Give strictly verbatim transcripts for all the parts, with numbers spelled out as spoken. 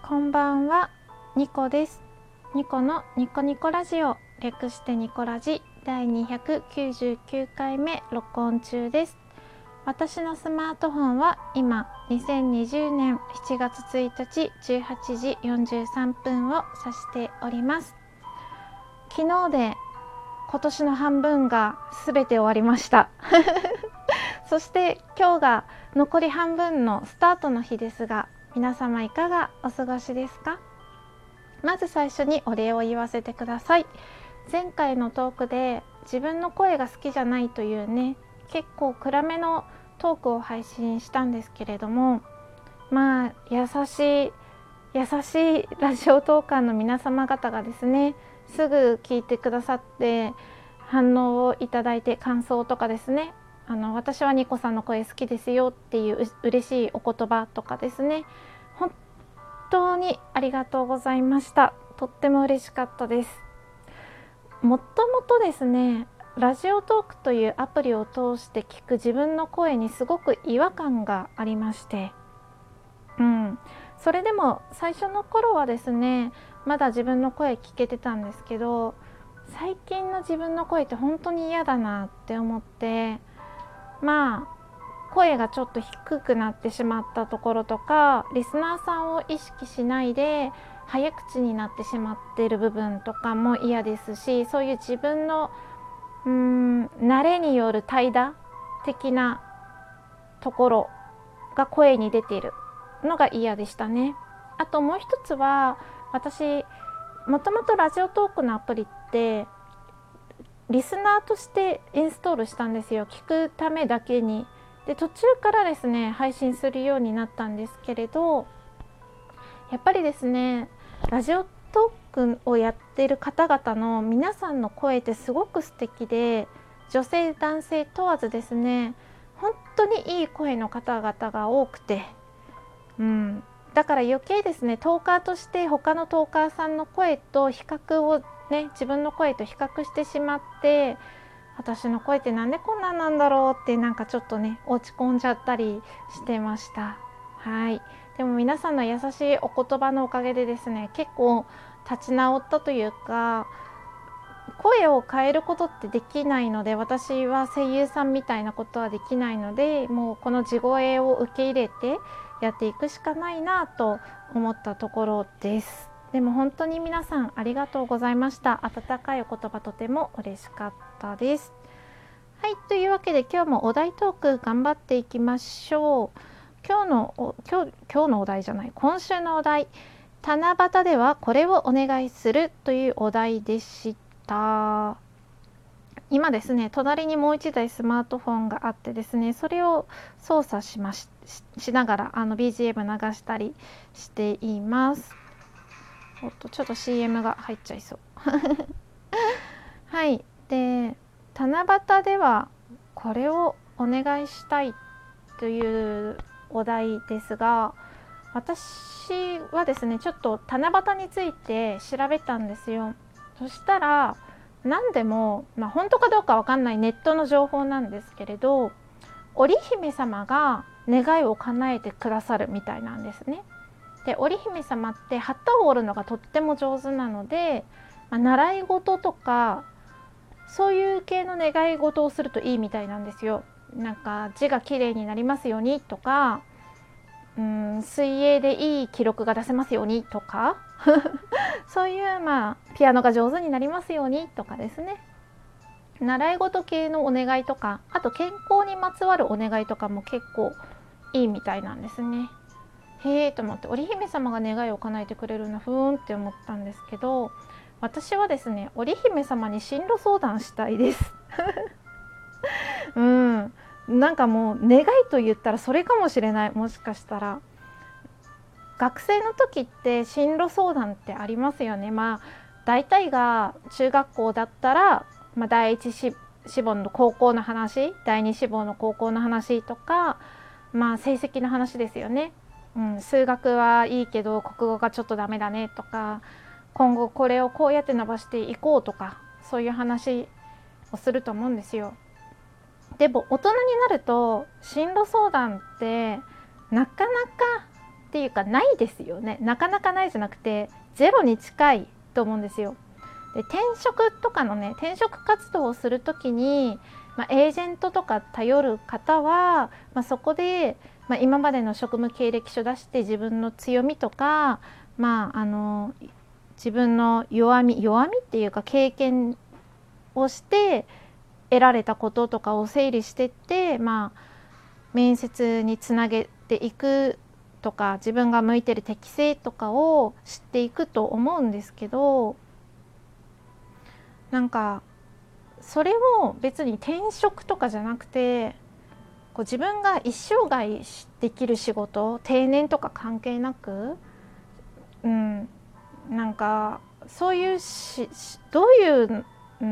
こんばんは、ニコです。ニコのニコニコラジオ、略してニコラジだいにひゃくきゅうじゅうきゅうかいめ録音中です。私のスマートフォンは今にせんにじゅうねんしちがつついたちじゅうはちじよんじゅうさんぷんを指しております。昨日で今年の半分がすべて終わりましたそして今日が残り半分のスタートの日ですが、皆様いかがお過ごしですか？まず最初にお礼を言わせてください。前回のトークで自分の声が好きじゃないというね、結構暗めのトークを配信したんですけれども、まあ優しい優しいラジオトーカーの皆様方がですね、すぐ聞いてくださって反応をいただいて、感想とかですね、あの私はニコさんの声好きですよっていうう嬉しいお言葉とかですね、本当にありがとうございました。とっても嬉しかったです。もともとですね、ラジオトークというアプリを通して聞く自分の声にすごく違和感がありまして、うん、それでも最初の頃はですね、まだ自分の声聞けてたんですけど、最近の自分の声って本当に嫌だなって思って、まあ声がちょっと低くなってしまったところとか、リスナーさんを意識しないで早口になってしまっている部分とかも嫌ですし、そういう自分のうーん慣れによる怠惰的なところが声に出ているのが嫌でしたね。あともう一つは、私もともとラジオトークのアプリってリスナーとしてインストールしたんですよ。聞くためだけに。で途中からですね配信するようになったんですけれど、やっぱりですねラジオトークをやっている方々の皆さんの声ってすごく素敵で、女性男性問わずですね、本当にいい声の方々が多くて、うん、だから余計ですね、トーカーとして他のトーカーさんの声と比較をね、自分の声と比較してしまって、私の声ってなんでこんなんなんだろうって、なんかちょっとね落ち込んじゃったりしてました。はい。でも皆さんの優しいお言葉のおかげでですね、結構立ち直ったというか、声を変えることってできないので、私は声優さんみたいなことはできないので、もうこの地声を受け入れてやっていくしかないなと思ったところです。でも本当に皆さんありがとうございました。温かいお言葉とても嬉しかったです。はい、というわけで今日もお題トーク頑張っていきましょう。今日の今日今日のお題じゃない、今週のお題、七夕ではこれをお願いするというお題でした。今ですね、隣にもう一台スマートフォンがあってですね、それを操作しまし、しながらあの ビージーエム 流したりしています。おっと、ちょっと シーエム が入っちゃいそうはい。で、七夕ではこれをお願いしたいというお題ですが、私はですねちょっと七夕について調べたんですよ。そしたら何でも、まあ、本当かどうかわかんないネットの情報なんですけれど、織姫様が願いを叶えてくださるみたいなんですね。で織姫様って旗を折るのがとっても上手なので、まあ、習い事とかそういう系の願い事をするといいみたいなんですよ。なんか字が綺麗になりますようにとか、うん、水泳でいい記録が出せますようにとかそういうまあピアノが上手になりますようにとかですね、習い事系のお願いとか、あと健康にまつわるお願いとかも結構いいみたいなんですね。へえと思って、織姫様が願いを叶えてくれるのふーんって思ったんですけど、私はですね織姫様に進路相談したいですうん、なんかもう願いと言ったらそれかもしれない。もしかしたら学生の時って進路相談ってありますよね。まあ大体が中学校だったら、まあ、第一志望の高校の話、第二志望の高校の話とか、まあ成績の話ですよね。うん、数学はいいけど国語がちょっとダメだねとか、今後これをこうやって伸ばしていこうとか、そういう話をすると思うんですよ。でも大人になると進路相談ってなかなかっていうかないですよね。なかなかないじゃなくてゼロに近いと思うんですよ。で転職とかのね転職活動をする時に、まあ、エージェントとか頼る方は、まあ、そこで、まあ、今までの職務経歴書出して自分の強みとか、まあ、あの自分の弱み弱みっていうか経験をして得られたこととかを整理してって、まあ、面接につなげていくとか自分が向いてる適性とかを知っていくと思うんですけど、なんかそれを別に転職とかじゃなくてこう自分が一生涯できる仕事定年とか関係なく、うん、なんかそういうしどういう、うん、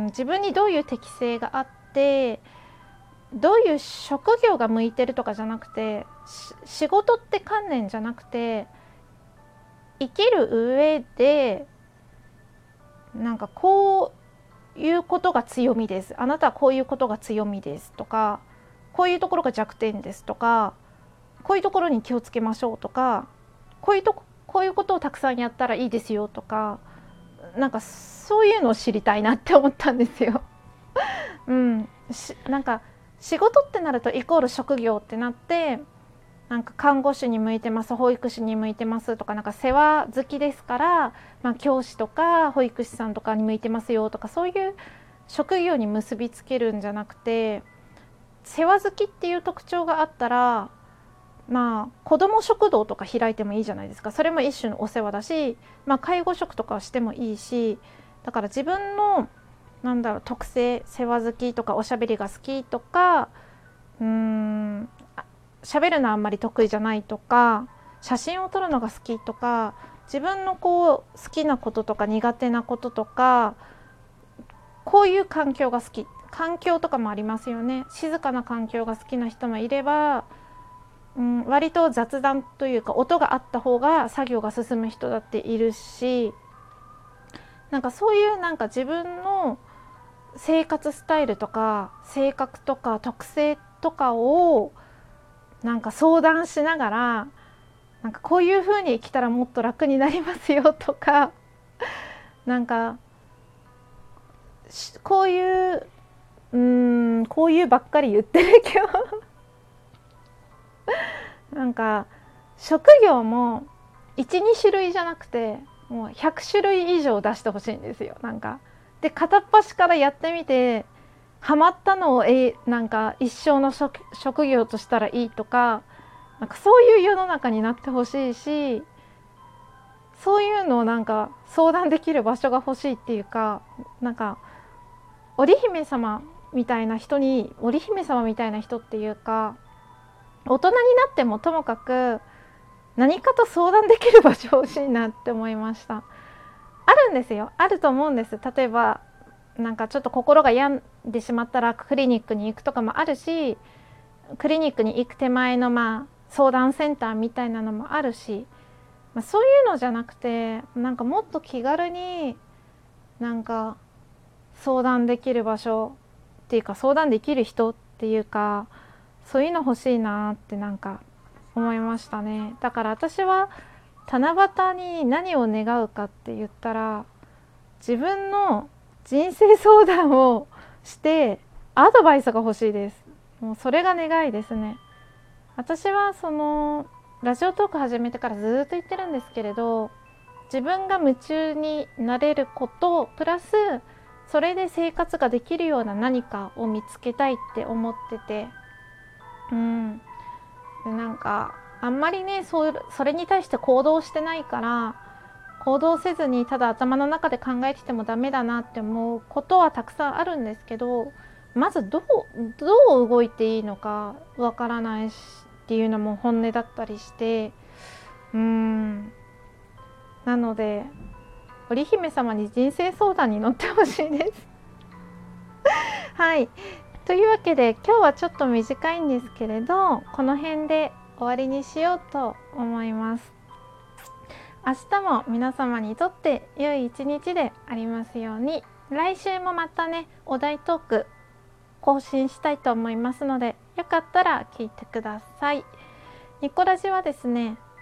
自分にどういう適性があってどういう職業が向いてるとかじゃなくて仕事って観念じゃなくて生きる上でなんかこういうことが強みですあなたはこういうことが強みですとかこういうところが弱点ですとかこういうところに気をつけましょうとかこういうとここういうことをたくさんやったらいいですよとかなんかそういうのを知りたいなって思ったんですよ。うん、しなんか仕事ってなるとイコール職業ってなってなんか看護師に向いてます保育士に向いてますとかなんか世話好きですから、まあ、教師とか保育士さんとかに向いてますよとかそういう職業に結びつけるんじゃなくて世話好きっていう特徴があったらまあ子ども食堂とか開いてもいいじゃないですか。それも一種のお世話だし、まあ、介護職とかしてもいいしだから自分のなんだろう特性世話好きとかおしゃべりが好きとかうーん喋るのはあんまり得意じゃないとか写真を撮るのが好きとか自分のこう好きなこととか苦手なこととかこういう環境が好き環境とかもありますよね。静かな環境が好きな人もいれば、うん、割と雑談というか音があった方が作業が進む人だっているしなんかそういうなんか自分の生活スタイルとか性格とか特性とかをなんか相談しながらなんかこういう風に生きたらもっと楽になりますよとかなんかこういううーんこういうばっかり言ってるけどなんか職業も いち,に 種類じゃなくてもうひゃく種類以上出してほしいんですよ。なんかで片っ端からやってみてハマったのをえなんか一生の 職, 職業としたらいいとかなんかそういう世の中になってほしいしそういうのをなんか相談できる場所が欲しいっていうかなんか織姫様みたいな人に織姫様みたいな人っていうか大人になってもともかく何かと相談できる場所欲しいなって思いました。あるんですよあると思うんです。例えばなんかちょっと心が病んでしまったらクリニックに行くとかもあるしクリニックに行く手前のまあ相談センターみたいなのもあるし、まあ、そういうのじゃなくてなんかもっと気軽になんか相談できる場所っていうか相談できる人っていうかそういうの欲しいなってなんか思いましたね。だから私は七夕に何を願うかって言ったら自分の人生相談をしてアドバイスが欲しいです。もうそれが願いですね。私はそのラジオトーク始めてからずっと言ってるんですけれど自分が夢中になれることプラスそれで生活ができるような何かを見つけたいって思っててうんでなんかあんまりねそそれに対して行動してないから行動せずにただ頭の中で考えててもダメだなって思うことはたくさんあるんですけどまずどうどう動いていいのかわからないしっていうのも本音だったりしてうーんなので織姫様に人生相談に乗ってほしいですはいというわけで今日はちょっと短いんですけれどこの辺で終わりにしようと思います。明日も皆様にとって良い一日でありますように。来週もまたねお題トーク更新したいと思いますのでよかったら聞いてください。ニコラジはですね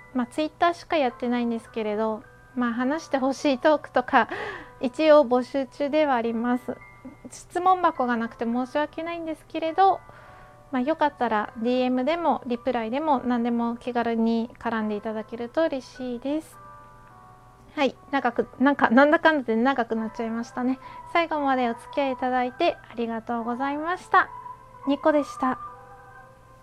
まあ、ツイッターしかやってないんですけれど、まあ、話してほしいトークとか一応募集中ではあります。質問箱がなくて申し訳ないんですけれど、まあ、よかったら ディーエム でもリプライでも何でも気軽に絡んでいただけると嬉しいです。はい、長くなんかなんだかんだで長くなっちゃいましたね。最後までお付き合いいただいてありがとうございました。ニコでした。